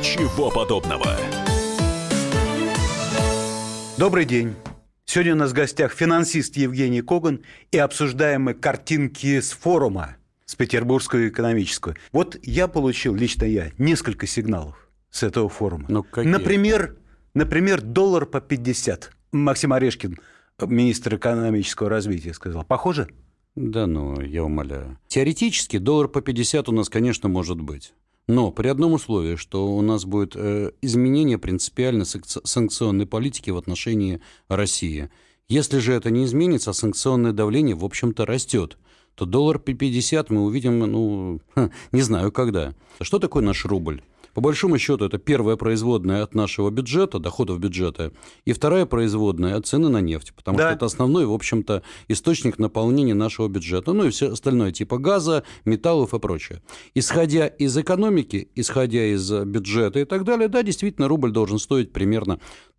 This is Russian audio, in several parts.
Ничего подобного. Добрый день. Сегодня у нас в гостях финансист Евгений Коган, и обсуждаем мы картинки с форума, с Петербургского экономического. Вот я получил, лично я, несколько сигналов с этого форума. Ну, какие? Например, доллар по 50. Максим Орешкин, министр экономического развития, сказал. Похоже? Да ну, я умоляю. Теоретически доллар по 50 у нас, конечно, может быть. Но при одном условии, что у нас будет изменение принципиально санкционной политики в отношении России. Если же это не изменится, а санкционное давление, в общем-то, растет, то доллар по 50 мы увидим, не знаю когда. Что такое наш рубль? По большому счету, это первая производная от нашего бюджета, доходов бюджета, и вторая производная от цены на нефть, потому что это основной, в общем-то, источник наполнения нашего бюджета, ну и все остальное, типа газа, металлов и прочее. Исходя из экономики, исходя из бюджета и так далее, да, действительно, рубль должен стоить примерно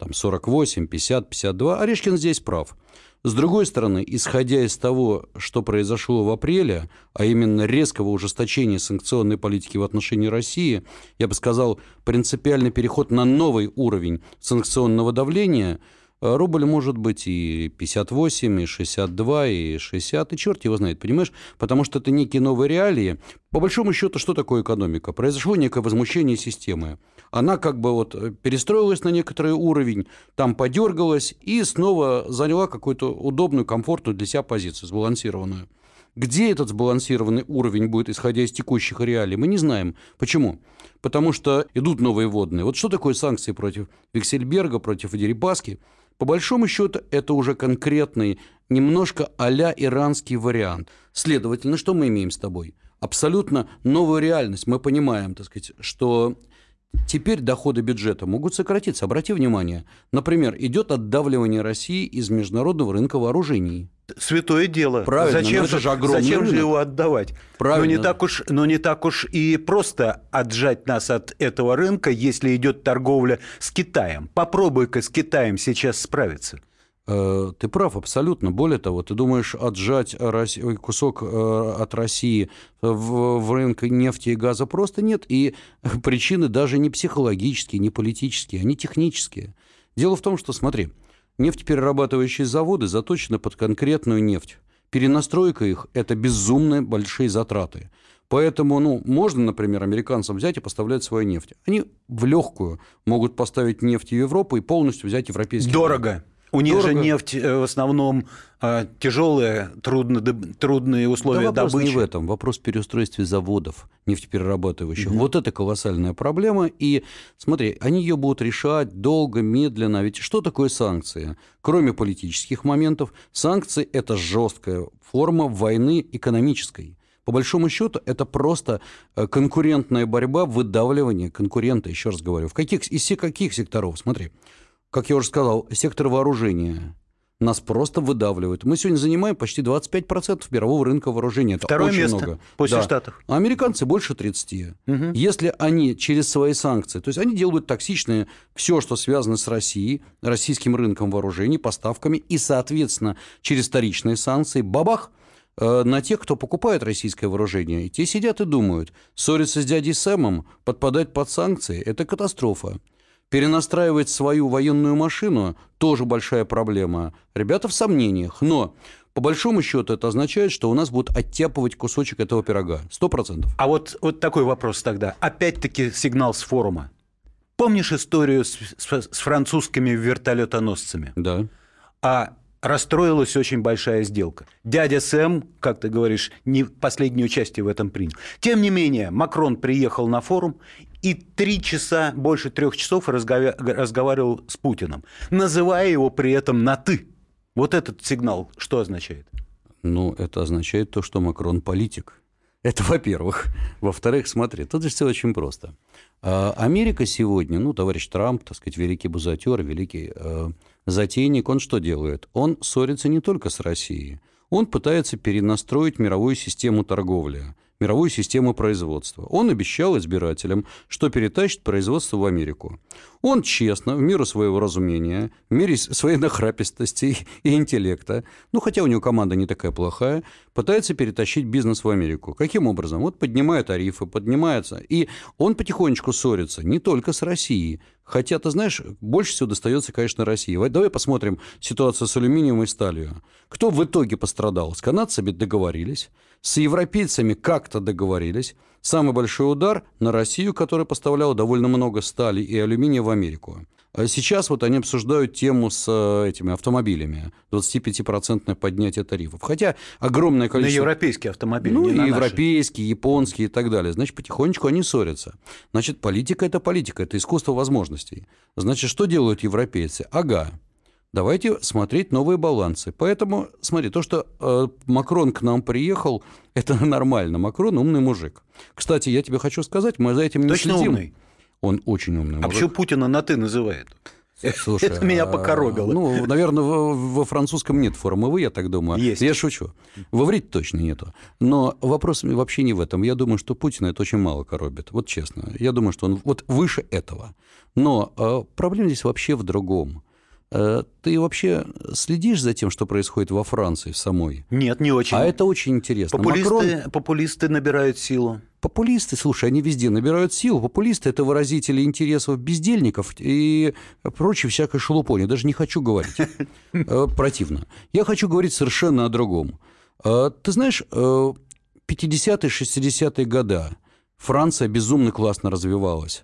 48, 50, 52. Орешкин здесь прав. С другой стороны, исходя из того, что произошло в апреле, а именно резкого ужесточения санкционной политики в отношении России, я бы сказал, принципиальный переход на новый уровень санкционного давления, рубль может быть и 58, и 62, и 60, и черт его знает, понимаешь? Потому что это некие новые реалии. По большому счету, что такое экономика? Произошло некое возмущение системы. Она как бы вот перестроилась на некоторый уровень, там подергалась и снова заняла какую-то удобную, комфортную для себя позицию, сбалансированную. Где этот сбалансированный уровень будет, исходя из текущих реалий, мы не знаем. Почему? Потому что идут новые водные. Вот что такое санкции против Виксельберга, против Дерибаски? По большому счету, это уже конкретный, немножко а-ля иранский вариант. Следовательно, что мы имеем с тобой? Абсолютно новую реальность. Мы понимаем, так сказать, что теперь доходы бюджета могут сократиться. Обрати внимание, например, идет отдавливание России из международного рынка вооружений. Святое дело. Правильно, Зачем же его отдавать? Правильно. Но не так уж и просто отжать нас от этого рынка, если идет торговля с Китаем. Попробуй-ка с Китаем сейчас справиться. Ты прав, абсолютно. Более того, ты думаешь, отжать кусок от России в рынок нефти и газа просто нет. И причины даже не психологические, не политические, они технические. Дело в том, что, смотри, нефтеперерабатывающие заводы заточены под конкретную нефть. Перенастройка их – это безумно большие затраты. Поэтому, можно, например, американцам взять и поставлять свою нефть. Они в легкую могут поставить нефть в Европу и полностью взять европейский рынок. Дорого. У них же нефть в основном тяжелая, трудные условия вопрос добычи. Не в этом. Вопрос в переустройстве заводов нефтеперерабатывающих. Вот это колоссальная проблема. И смотри, они ее будут решать долго, медленно. Ведь что такое санкции? Кроме политических моментов, санкции – это жесткая форма войны экономической. По большому счету, это просто конкурентная борьба, выдавливание конкурента, еще раз говорю. Из каких секторов? Смотри. Как я уже сказал, сектор вооружения нас просто выдавливает. Мы сегодня занимаем почти 25% мирового рынка вооружения. Это второе очень место много. После Штатов. А американцы больше 30%. Если они через свои санкции, то есть они делают токсичное все, что связано с Россией, российским рынком вооружений, поставками, и, соответственно, через вторичные санкции, бабах, на тех, кто покупает российское вооружение. И те сидят и думают, ссориться с дядей Сэмом, подпадать под санкции – это катастрофа. Перенастраивать свою военную машину – тоже большая проблема. Ребята в сомнениях. Но, по большому счету, это означает, что у нас будут оттяпывать кусочек этого пирога. 100%. А вот такой вопрос тогда. Опять-таки сигнал с форума. Помнишь историю с французскими вертолетоносцами? Да. Расстроилась очень большая сделка. Дядя Сэм, как ты говоришь, не последнее участие в этом принял. Тем не менее, Макрон приехал на форум и 3 часа, больше 3 часов разговаривал с Путиным, называя его при этом на «ты». Вот этот сигнал что означает? Это означает то, что Макрон политик. Это во-первых. Во-вторых, смотри, тут же все очень просто. Америка сегодня, товарищ Трамп, так сказать, великий бузатер, великий затейник, он что делает? Он ссорится не только с Россией. Он пытается перенастроить мировую систему торговли. мировую систему производства. Он обещал избирателям, что перетащит производство в Америку. Он честно, в меру своего разумения, в мере своей нахрапистости и интеллекта, ну, хотя у него команда не такая плохая, пытается перетащить бизнес в Америку. Каким образом? Вот поднимая тарифы, поднимается. И он потихонечку ссорится не только с Россией. Хотя, ты знаешь, больше всего достается, конечно, России. Давай посмотрим ситуацию с алюминием и сталью. Кто в итоге пострадал? С канадцами договорились, с европейцами как-то договорились. Самый большой удар на Россию, которая поставляла довольно много стали и алюминия в Америку. Сейчас вот они обсуждают тему с этими автомобилями. 25% поднятие тарифов. Хотя огромное количество... На европейские автомобили, ну, не и на европейские, японские и так далее. Значит, потихонечку они ссорятся. Значит, политика – это искусство возможностей. Значит, что делают европейцы? Ага. Давайте смотреть новые балансы. Поэтому, смотри, то, что Макрон к нам приехал, это нормально. Макрон умный мужик. Кстати, я тебе хочу сказать, мы за этим не Точно следим. умный? Он очень умный мужик. А почему Путина на «ты» называет? Слушай, это меня покоробило. Ну, наверное, во французском нет формы «вы», я так думаю. Есть. Я шучу. В иврите точно нету. Но вопрос вообще не в этом. Я думаю, что Путина это очень мало коробит. Вот честно. Я думаю, что он вот выше этого. Но проблема здесь вообще в другом. Ты вообще следишь за тем, что происходит во Франции в самой? Нет, не очень. А это очень интересно. Популисты набирают силу. Популисты, слушай, они везде набирают силу. Популисты – это выразители интересов бездельников и прочей всякой шелупони. Даже не хочу говорить. Противно. Я хочу говорить совершенно о другом. Ты знаешь, 50-е, 60-е годы Франция безумно классно развивалась.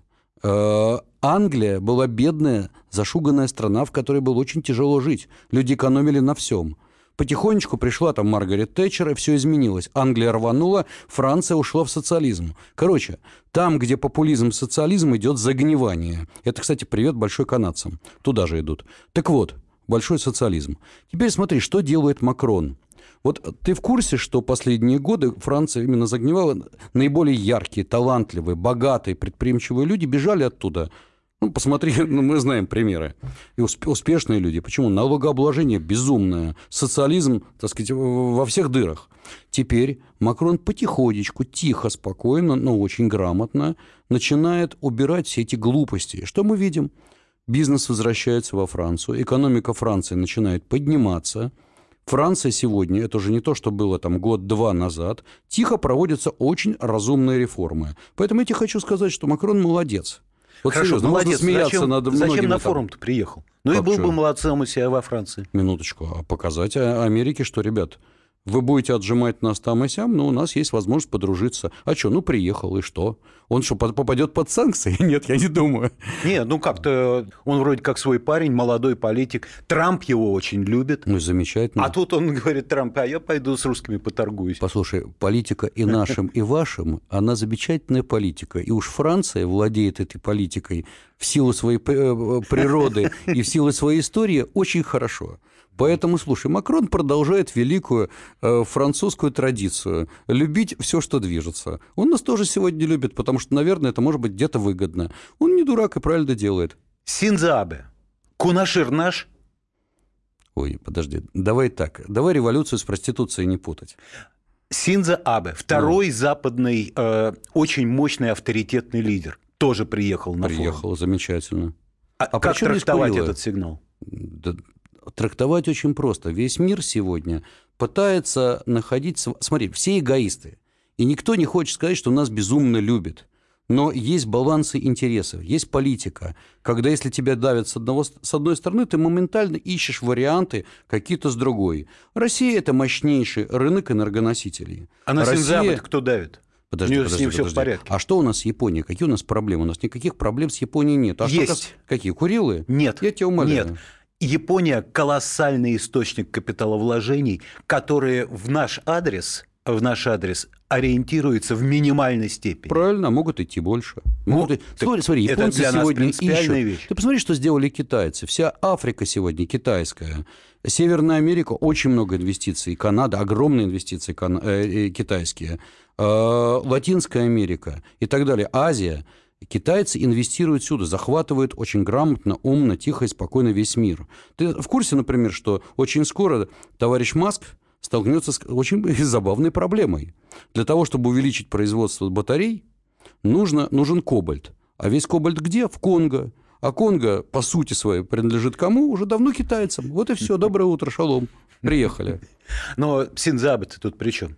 Англия была бедная, зашуганная страна, в которой было очень тяжело жить. Люди экономили на всем. Потихонечку пришла там Маргарет Тэтчер, и все изменилось. Англия рванула, Франция ушла в социализм. Короче, там, где популизм и социализм, идет загнивание. Это, кстати, привет большой канадцам. Туда же идут. Так вот, большой социализм. Теперь смотри, что делает Макрон. Вот ты в курсе, что последние годы Франция именно загнивала? Наиболее яркие, талантливые, богатые, предприимчивые люди бежали оттуда. Ну, посмотри, мы знаем примеры. И успешные люди. Почему? Налогообложение безумное. Социализм, так сказать, во всех дырах. Теперь Макрон потихонечку, тихо, спокойно, но очень грамотно начинает убирать все эти глупости. Что мы видим? Бизнес возвращается во Францию, экономика Франции начинает подниматься. Франция сегодня, это уже не то, что было там год-два назад, тихо проводятся очень разумные реформы. Поэтому я тебе хочу сказать, что Макрон молодец. Вот хорошо, серьезно, молодец. Смеяться над зачем на там... форум-то приехал? Ну и был бы молодцем у себя во Франции. Минуточку. А показать Америке, что, ребят, вы будете отжимать нас там и сям, но у нас есть возможность подружиться. А что, ну приехал, и что? Он что, попадет под санкции? Нет, я не думаю. Нет, ну как-то он вроде как свой парень, молодой политик. Трамп его очень любит. Ну, замечательно. А тут он говорит, Трамп, а я пойду с русскими поторгуюсь. Послушай, политика и нашим, и вашим, она замечательная политика. И уж Франция владеет этой политикой в силу своей природы и в силу своей истории очень хорошо. Поэтому, слушай, Макрон продолжает великую французскую традицию любить все, что движется. Он нас тоже сегодня любит, потому что, наверное, это может быть где-то выгодно. Он не дурак и правильно делает. Синдзо Абе. Кунашир наш? Ой, подожди. Давай так. Давай революцию с проституцией не путать. Синдзо Абе. Второй западный, очень мощный авторитетный лидер. Тоже приехал на форум. Приехал, замечательно. А как трактовать этот сигнал? Да, трактовать очень просто. Весь мир сегодня пытается находить... Смотри, все эгоисты. И никто не хочет сказать, что нас безумно любит. Но есть балансы интересов, есть политика. Когда если тебя давят с одной стороны, ты моментально ищешь варианты какие-то с другой. Россия – это мощнейший рынок энергоносителей. А на Синдзо кто давит? Подожди. Все в порядке. А что у нас с Японией? Какие у нас проблемы? У нас никаких проблем с Японией нет. А есть. Какие? Курилы? Нет. Я тебя умоляю. Нет. Япония – колоссальный источник капиталовложений, которые в наш адрес ориентируются в минимальной степени. Правильно, могут идти больше. Смотри, японцы сегодня ищут. Вещь. Ты посмотри, что сделали китайцы. Вся Африка сегодня китайская. Северная Америка – очень много инвестиций. Канада – огромные инвестиции китайские. Латинская Америка и так далее. Азия. Китайцы инвестируют сюда, захватывают очень грамотно, умно, тихо и спокойно весь мир. Ты в курсе, например, что очень скоро товарищ Маск столкнется с очень забавной проблемой. Для того, чтобы увеличить производство батарей, нужен кобальт. А весь кобальт где? В Конго. А Конго, по сути своей, принадлежит кому? Уже давно китайцам. Вот и все. Доброе утро, шалом. Приехали. Но Синдзо Абе тут при чем?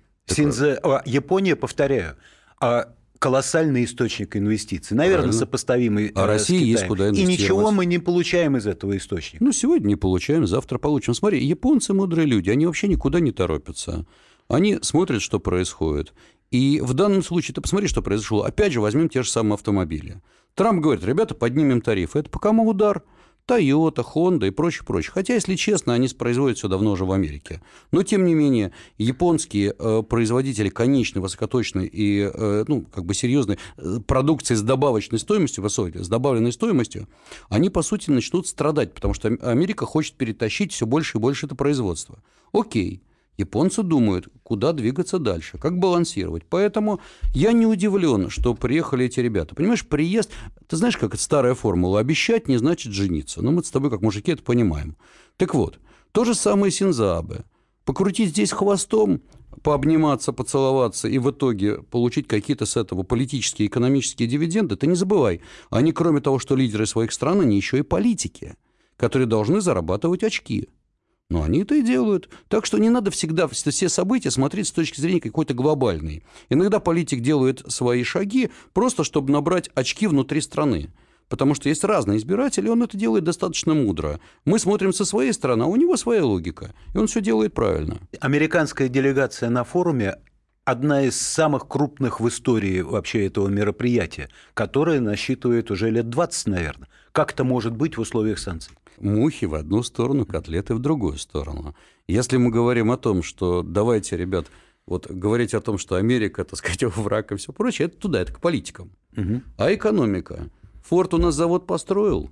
Япония, повторяю, колоссальный источник инвестиций. Наверное, Правильно. Сопоставимый А с России Китаем. есть куда инвестировать. И ничего мы не получаем из этого источника. Ну, сегодня не получаем, завтра получим. Смотри, японцы мудрые люди, они вообще никуда не торопятся. Они смотрят, что происходит. И в данном случае, ты посмотри, что произошло. Опять же, возьмем те же самые автомобили. Трамп говорит, ребята, поднимем тарифы. Это по кому удар? Тойота, Honda и прочее. Хотя, если честно, они производят все давно уже в Америке. Но, тем не менее, японские производители конечной, высокоточной и серьезной продукции с добавочной стоимостью, высокой, с добавленной стоимостью, они, по сути, начнут страдать, потому что Америка хочет перетащить все больше и больше это производство. Окей. Японцы думают, куда двигаться дальше, как балансировать. Поэтому я не удивлен, что приехали эти ребята. Понимаешь, приезд... Ты знаешь, как это старая формула. Обещать не значит жениться. Но мы с тобой, как мужики, это понимаем. Так вот, то же самое Синдзо Абе. Покрутить здесь хвостом, пообниматься, поцеловаться и в итоге получить какие-то с этого политические и экономические дивиденды, ты не забывай. Они, кроме того, что лидеры своих стран, они еще и политики, которые должны зарабатывать очки. Но они это и делают. Так что не надо всегда все события смотреть с точки зрения какой-то глобальной. Иногда политик делает свои шаги просто, чтобы набрать очки внутри страны. Потому что есть разные избиратели, и он это делает достаточно мудро. Мы смотрим со своей стороны, а у него своя логика. И он все делает правильно. Американская делегация на форуме – одна из самых крупных в истории вообще этого мероприятия, которое насчитывает уже лет 20, наверное. Как это может быть в условиях санкций? Мухи в одну сторону, котлеты в другую сторону. Если мы говорим о том, что давайте, ребят, вот говорить о том, что Америка, так сказать, враг и все прочее, это туда, это к политикам. Угу. А экономика? Форд у нас завод построил.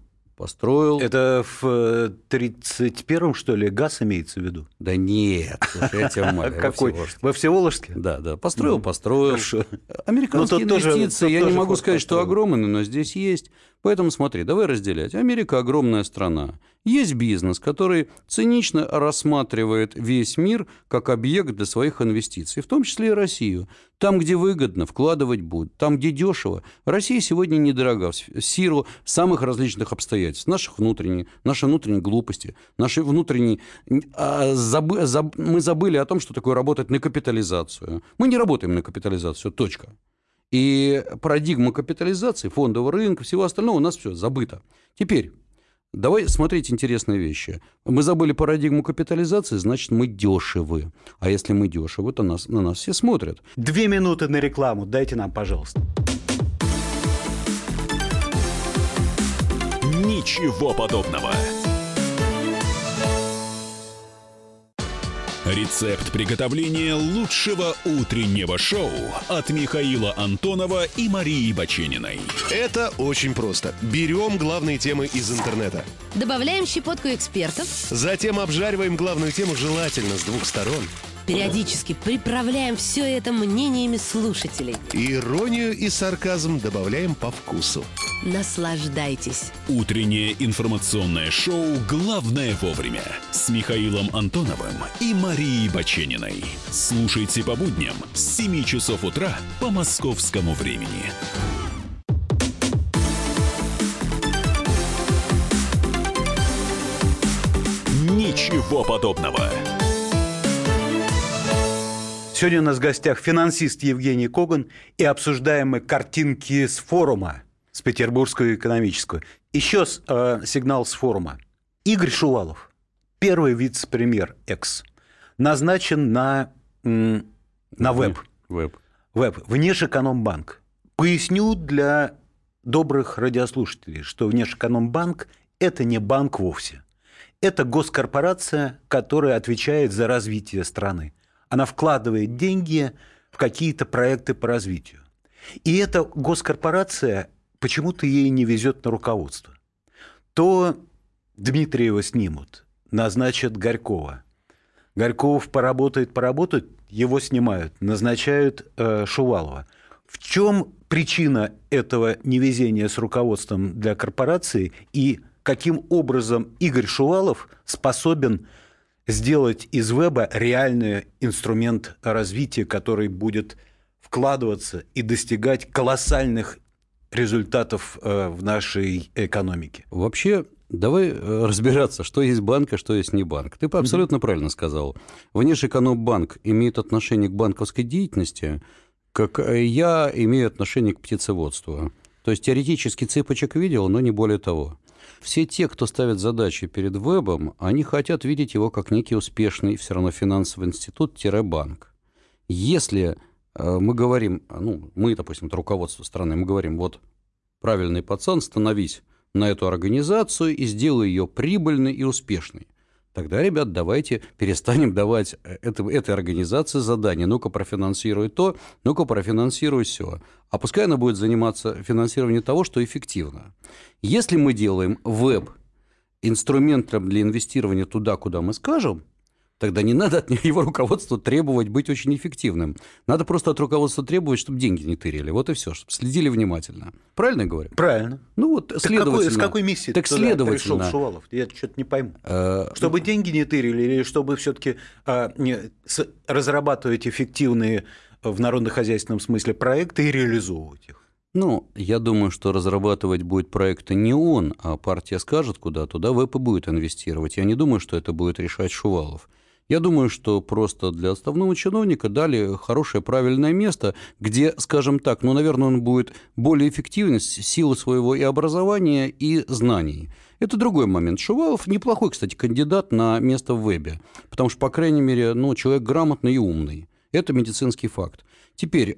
Это в 31-м, что ли, ГАЗ имеется в виду? Да нет, слушай, я тебя умоляю. Какой? Во Всеволожске? Да. Построил. Хорошо. Американские инвестиции, я не могу сказать, что построил. огромные, но здесь есть. Поэтому смотри, давай разделять. Америка огромная страна. Есть бизнес, который цинично рассматривает весь мир как объект для своих инвестиций, в том числе и Россию. Там, где выгодно, вкладывать будут. Там, где дешево. Россия сегодня недорога в силу самых различных обстоятельств. Нашей внутренней глупости, нашей внутренней... Мы забыли о том, что такое работать на капитализацию. Мы не работаем на капитализацию, точка. И парадигма капитализации, фондового рынка, всего остального у нас все забыто. Теперь, давай смотреть интересные вещи. Мы забыли парадигму капитализации, значит, мы дешевы. А если мы дешевы, то на нас все смотрят. 2 минуты на рекламу дайте нам, пожалуйста. Ничего подобного. Рецепт приготовления лучшего утреннего шоу от Михаила Антонова и Марии Бачениной. Это очень просто. Берем главные темы из интернета. Добавляем щепотку экспертов. Затем обжариваем главную тему желательно с 2 сторон. Периодически приправляем все это мнениями слушателей. Иронию и сарказм добавляем по вкусу. Наслаждайтесь. Утреннее информационное шоу «Главное вовремя» с Михаилом Антоновым и Марией Бачениной. Слушайте по будням с 7 часов утра по московскому времени. Ничего подобного. Сегодня у нас в гостях финансист Евгений Коган, и обсуждаем мы картинки с форума, с Петербургского экономического. Еще сигнал с форума. Игорь Шувалов, первый вице-премьер ЭКС, назначен на ВЭБ, Внешэкономбанк. Поясню для добрых радиослушателей, что Внешэкономбанк – это не банк вовсе. Это госкорпорация, которая отвечает за развитие страны. Она вкладывает деньги в какие-то проекты по развитию. И эта госкорпорация, почему-то ей не везет на руководство. То Дмитриева снимут, назначат Горькова. Горьков поработает, его снимают, назначают Шувалова. В чем причина этого невезения с руководством для корпорации и каким образом Игорь Шувалов способен сделать из веба реальный инструмент развития, который будет вкладываться и достигать колоссальных результатов в нашей экономике. Вообще, давай разбираться, что есть банк, а что есть не банк. Ты абсолютно правильно сказал. Внешэкономбанк имеет отношение к банковской деятельности, как я имею отношение к птицеводству. То есть теоретически цыпочек видел, но не более того. Все те, кто ставит задачи перед вебом, они хотят видеть его как некий успешный все равно финансовый институт-банк. Если мы говорим, мы, допустим, это руководство страны, мы говорим, вот правильный пацан, становись на эту организацию и сделай ее прибыльной и успешной. Тогда, ребят, давайте перестанем давать этой организации задания. Ну-ка, профинансируй то, ну-ка, профинансируй все. А пускай она будет заниматься финансированием того, что эффективно. Если мы делаем веб инструментом для инвестирования туда, куда мы скажем, тогда не надо от его руководства требовать быть очень эффективным. Надо просто от руководства требовать, чтобы деньги не тырили. Вот и все, чтобы следили внимательно. Правильно я говорю? Правильно. Ну вот, следовательно. С какой миссией так пришел Шувалов? Я что-то не пойму. Чтобы деньги не тырили или чтобы все-таки разрабатывать эффективные в народно-хозяйственном смысле проекты и реализовывать их? Я думаю, что разрабатывать будет проекты не он, а партия скажет куда, туда веб и будет инвестировать. Я не думаю, что это будет решать Шувалов. Я думаю, что просто для отставного чиновника дали хорошее, правильное место, где, скажем так, наверное, он будет более эффективен в силу своего и образования, и знаний. Это другой момент. Шувалов неплохой, кстати, кандидат на место в вебе, потому что, по крайней мере, человек грамотный и умный. Это медицинский факт. Теперь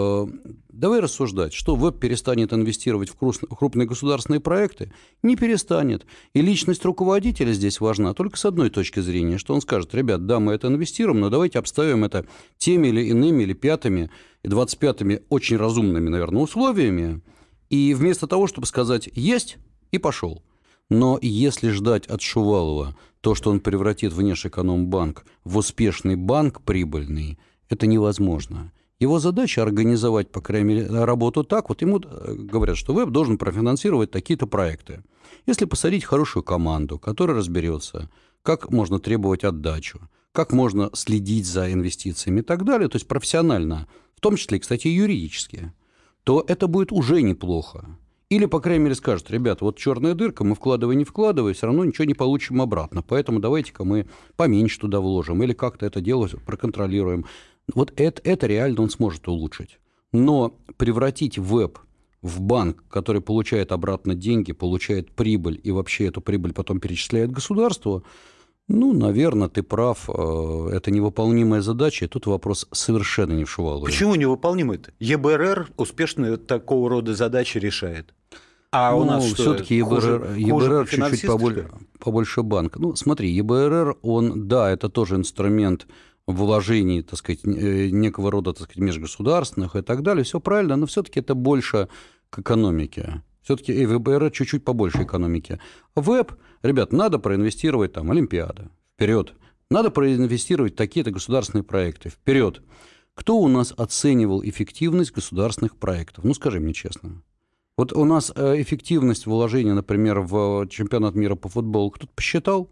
давай рассуждать, что веб перестанет инвестировать в крупные государственные проекты? Не перестанет. И личность руководителя здесь важна только с одной точки зрения, что он скажет: ребят, да, мы это инвестируем, но давайте обставим это теми или иными, или 5-ми, и 25-ми очень разумными, наверное, условиями. И вместо того, чтобы сказать «есть» и пошел. Но если ждать от Шувалова то, что он превратит Внешэкономбанк в успешный банк прибыльный, это невозможно. Его задача организовать, по крайней мере, работу так. Вот ему говорят, что веб должен профинансировать такие-то проекты. Если посадить хорошую команду, которая разберется, как можно требовать отдачу, как можно следить за инвестициями и так далее, то есть профессионально, в том числе, кстати, и юридически, то это будет уже неплохо. Или, по крайней мере, скажут: ребята, вот черная дырка, мы вкладывай, не вкладывай, все равно ничего не получим обратно, поэтому давайте-ка мы поменьше туда вложим или как-то это дело проконтролируем. Вот это реально он сможет улучшить. Но превратить веб в банк, который получает обратно деньги, получает прибыль и вообще эту прибыль потом перечисляет государству, наверное, ты прав, это невыполнимая задача, и тут вопрос совершенно не в Шувалове. Почему невыполнимый-то? ЕБРР успешно такого рода задачи решает. А у нас все-таки ЕБРР чуть-чуть побольше банка. Смотри, ЕБРР, это тоже инструмент вложений, так сказать, некого рода, так сказать, межгосударственных и так далее, все правильно, но все-таки это больше к экономике. Все-таки ЕБРР чуть-чуть побольше экономики. Веб, ребят, надо проинвестировать Олимпиада, вперед. Надо проинвестировать такие-то государственные проекты, вперед. Кто у нас оценивал эффективность государственных проектов? Скажи мне честно. Вот у нас эффективность вложения, например, в чемпионат мира по футболу кто-то посчитал?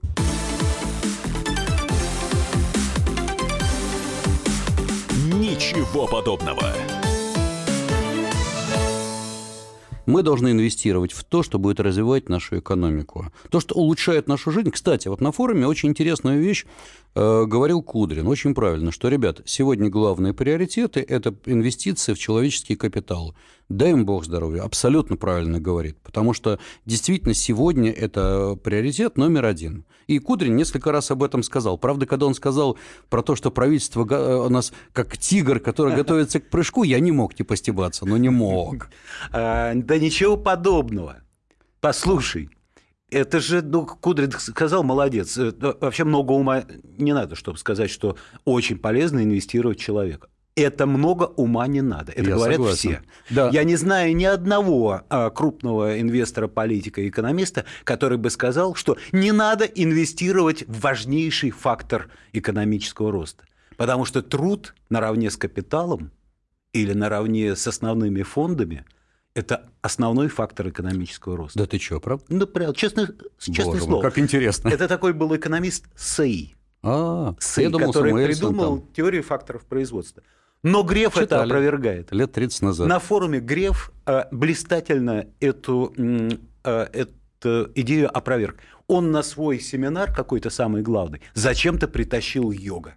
Ничего подобного. Мы должны инвестировать в то, что будет развивать нашу экономику. То, что улучшает нашу жизнь. Кстати, вот на форуме очень интересную вещь говорил Кудрин. Очень правильно, что, ребят, сегодня главные приоритеты – это инвестиции в человеческий капитал. Дай им Бог здоровья. Абсолютно правильно говорит. Потому что действительно сегодня это приоритет номер один. И Кудрин несколько раз об этом сказал. Правда, когда он сказал про то, что правительство у нас как тигр, который готовится к прыжку, я не мог стебаться, но не мог. Да ничего подобного. Послушай, это же, Кудрин сказал, молодец. Вообще много ума не надо, чтобы сказать, что очень полезно инвестировать в человека. Это много ума не надо. Это говорят согласен. Все. Да. Я не знаю ни одного крупного инвестора, политика, экономиста, который бы сказал, что не надо инвестировать в важнейший фактор экономического роста. Потому что труд наравне с капиталом или наравне с основными фондами – это основной фактор экономического роста. Да ты чё, правда? Честное слово. Как интересно. Это такой был экономист Сэй. сын, который придумал теорию факторов производства. Но Греф это опровергает. Лет 30 назад. На форуме Греф блистательно эту идею опроверг. Он на свой семинар, какой-то самый главный, зачем-то притащил йога.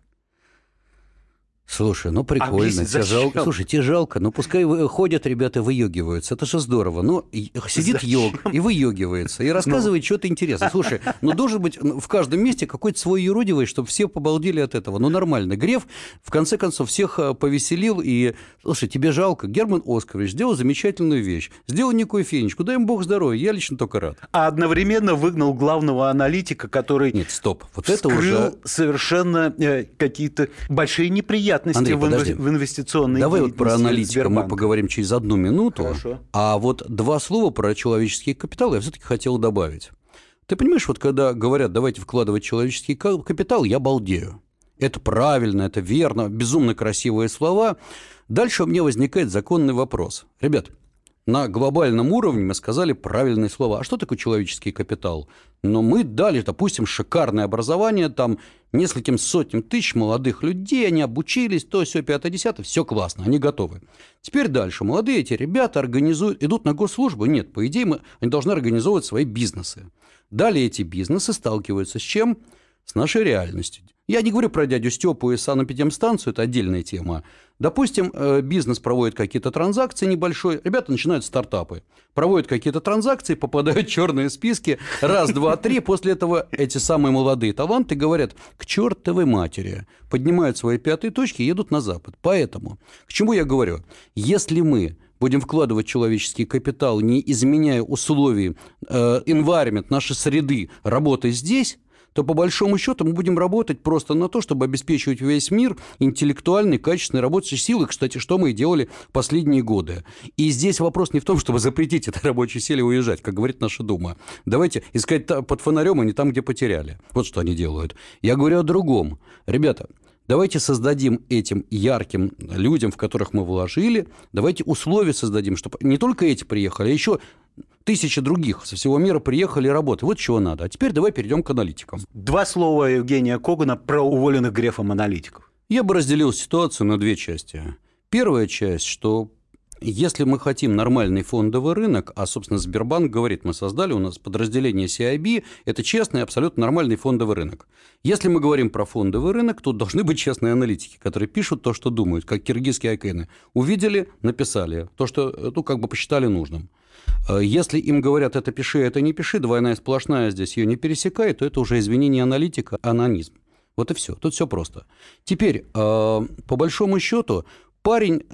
Слушай, ну прикольно, тебе жалко. Слушай, тебе жалко, но пускай ходят ребята, выёгиваются, это же здорово. Ну, сидит йог и выёгивается, и рассказывает что-то интересное. Слушай, ну должен быть в каждом месте какой-то свой юродивый, чтобы все побалдели от этого. Ну нормально. Греф, в конце концов, всех повеселил, и, слушай, тебе жалко. Герман Оскарович сделал замечательную вещь. Сделал некую фенечку, дай им бог здоровья, я лично только рад. А одновременно выгнал главного аналитика, который... Нет, стоп, вот это уже... совершенно какие-то большие неприятности. Андрей, в инвестиционной давай вот про аналитику мы поговорим через 1 минуту. Хорошо. А вот 2 слова про человеческий капитал я все-таки хотел добавить. Ты понимаешь, вот когда говорят, давайте вкладывать человеческий капитал, я балдею. Это правильно, это верно, безумно красивые слова. Дальше у меня возникает законный вопрос. Ребят, на глобальном уровне мы сказали правильные слова. А что такое человеческий капитал? Но мы дали, допустим, шикарное образование, там нескольким сотням тысяч молодых людей, они обучились, то, сё, 5-10, все классно, они готовы. Теперь дальше. Молодые эти ребята идут на госслужбу? Нет, по идее, они должны организовывать свои бизнесы. Далее эти бизнесы сталкиваются с чем? С нашей реальностью. Я не говорю про дядю Степу и санэпидемстанцию, это отдельная тема. Допустим, бизнес проводит какие-то транзакции небольшие, ребята начинают стартапы, проводят какие-то транзакции, попадают в черные списки, раз, два, три, после этого эти самые молодые таланты говорят, к чертовой матери, поднимают свои 5 точки и едут на Запад. Поэтому, к чему я говорю, если мы будем вкладывать человеческий капитал, не изменяя условий, environment нашей среды работы здесь, то по большому счету мы будем работать просто на то, чтобы обеспечивать весь мир интеллектуальной, качественной рабочей силой, кстати, что мы и делали последние годы. И здесь вопрос не в том, чтобы запретить этой рабочей силе уезжать, как говорит наша Дума. Давайте искать под фонарем, а не там, где потеряли. Вот что они делают. Я говорю о другом. Ребята, давайте создадим этим ярким людям, в которых мы вложили, давайте условия создадим, чтобы не только эти приехали, а еще 1000 других со всего мира приехали работать. Вот чего надо. А теперь давай перейдем к аналитикам. 2 слова Евгения Когана про уволенных Грефом аналитиков. Я бы разделил ситуацию на 2 части. Первая часть, что если мы хотим нормальный фондовый рынок, а, собственно, Сбербанк говорит, мы создали у нас подразделение CIB, это честный, абсолютно нормальный фондовый рынок. Если мы говорим про фондовый рынок, то должны быть честные аналитики, которые пишут то, что думают, как киргизские айкены. Увидели, написали, то, что как бы посчитали нужным. Если им говорят, это пиши, это не пиши, двойная сплошная здесь ее не пересекает, то это уже извинение аналитика, анонизм. Вот и все. Тут все просто. Теперь, по большому счету, парень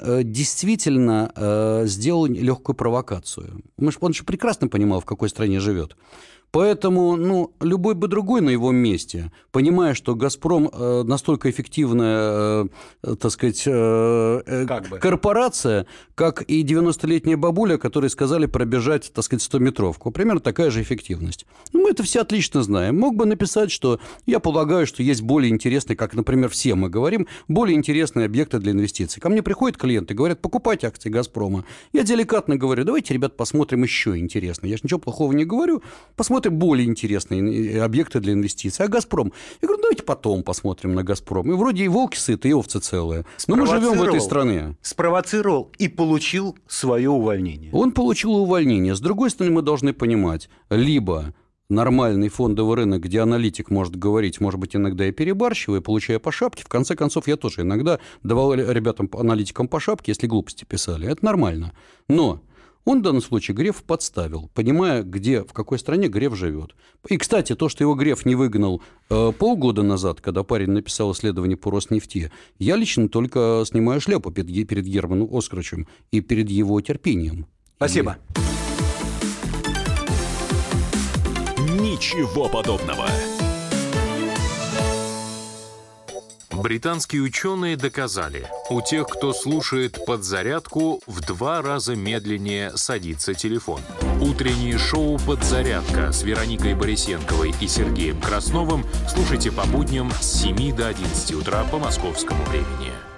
действительно сделал легкую провокацию. Он же прекрасно понимал, в какой стране живет. Поэтому, любой бы другой на его месте, понимая, что «Газпром» настолько эффективная, так сказать, корпорация, как и 90-летняя бабуля, которые сказали пробежать, так сказать, 100-метровку. Примерно такая же эффективность. Мы это все отлично знаем. Мог бы написать, что я полагаю, что есть более интересные, как, например, все мы говорим, более интересные объекты для инвестиций. Ко мне приходят клиенты, говорят, покупайте акции «Газпрома». Я деликатно говорю, давайте, ребят, посмотрим еще интересное. Я же ничего плохого не говорю. Посмотрим более интересные объекты для инвестиций. А «Газпром»? Я говорю, давайте потом посмотрим на «Газпром». И вроде и волки сыты, и овцы целые. Но мы живем в этой стране. Спровоцировал и получил свое увольнение. Он получил увольнение. С другой стороны, мы должны понимать, либо нормальный фондовый рынок, где аналитик может говорить, может быть, иногда и перебарщивая, получая по шапке. В конце концов, я тоже иногда давал ребятам, аналитикам по шапке, если глупости писали. Это нормально. Но он в данном случае Греф подставил, понимая, где, в какой стране Греф живет. И, кстати, то, что его Греф не выгнал полгода назад, когда парень написал исследование по Роснефти, я лично только снимаю шляпу перед Германом Оскаровичем и перед его терпением. Спасибо. Ничего подобного. Британские ученые доказали, у тех, кто слушает «Подзарядку», в 2 раза медленнее садится телефон. Утреннее шоу «Подзарядка» с Вероникой Борисенковой и Сергеем Красновым слушайте по будням с 7 до 11 утра по московскому времени.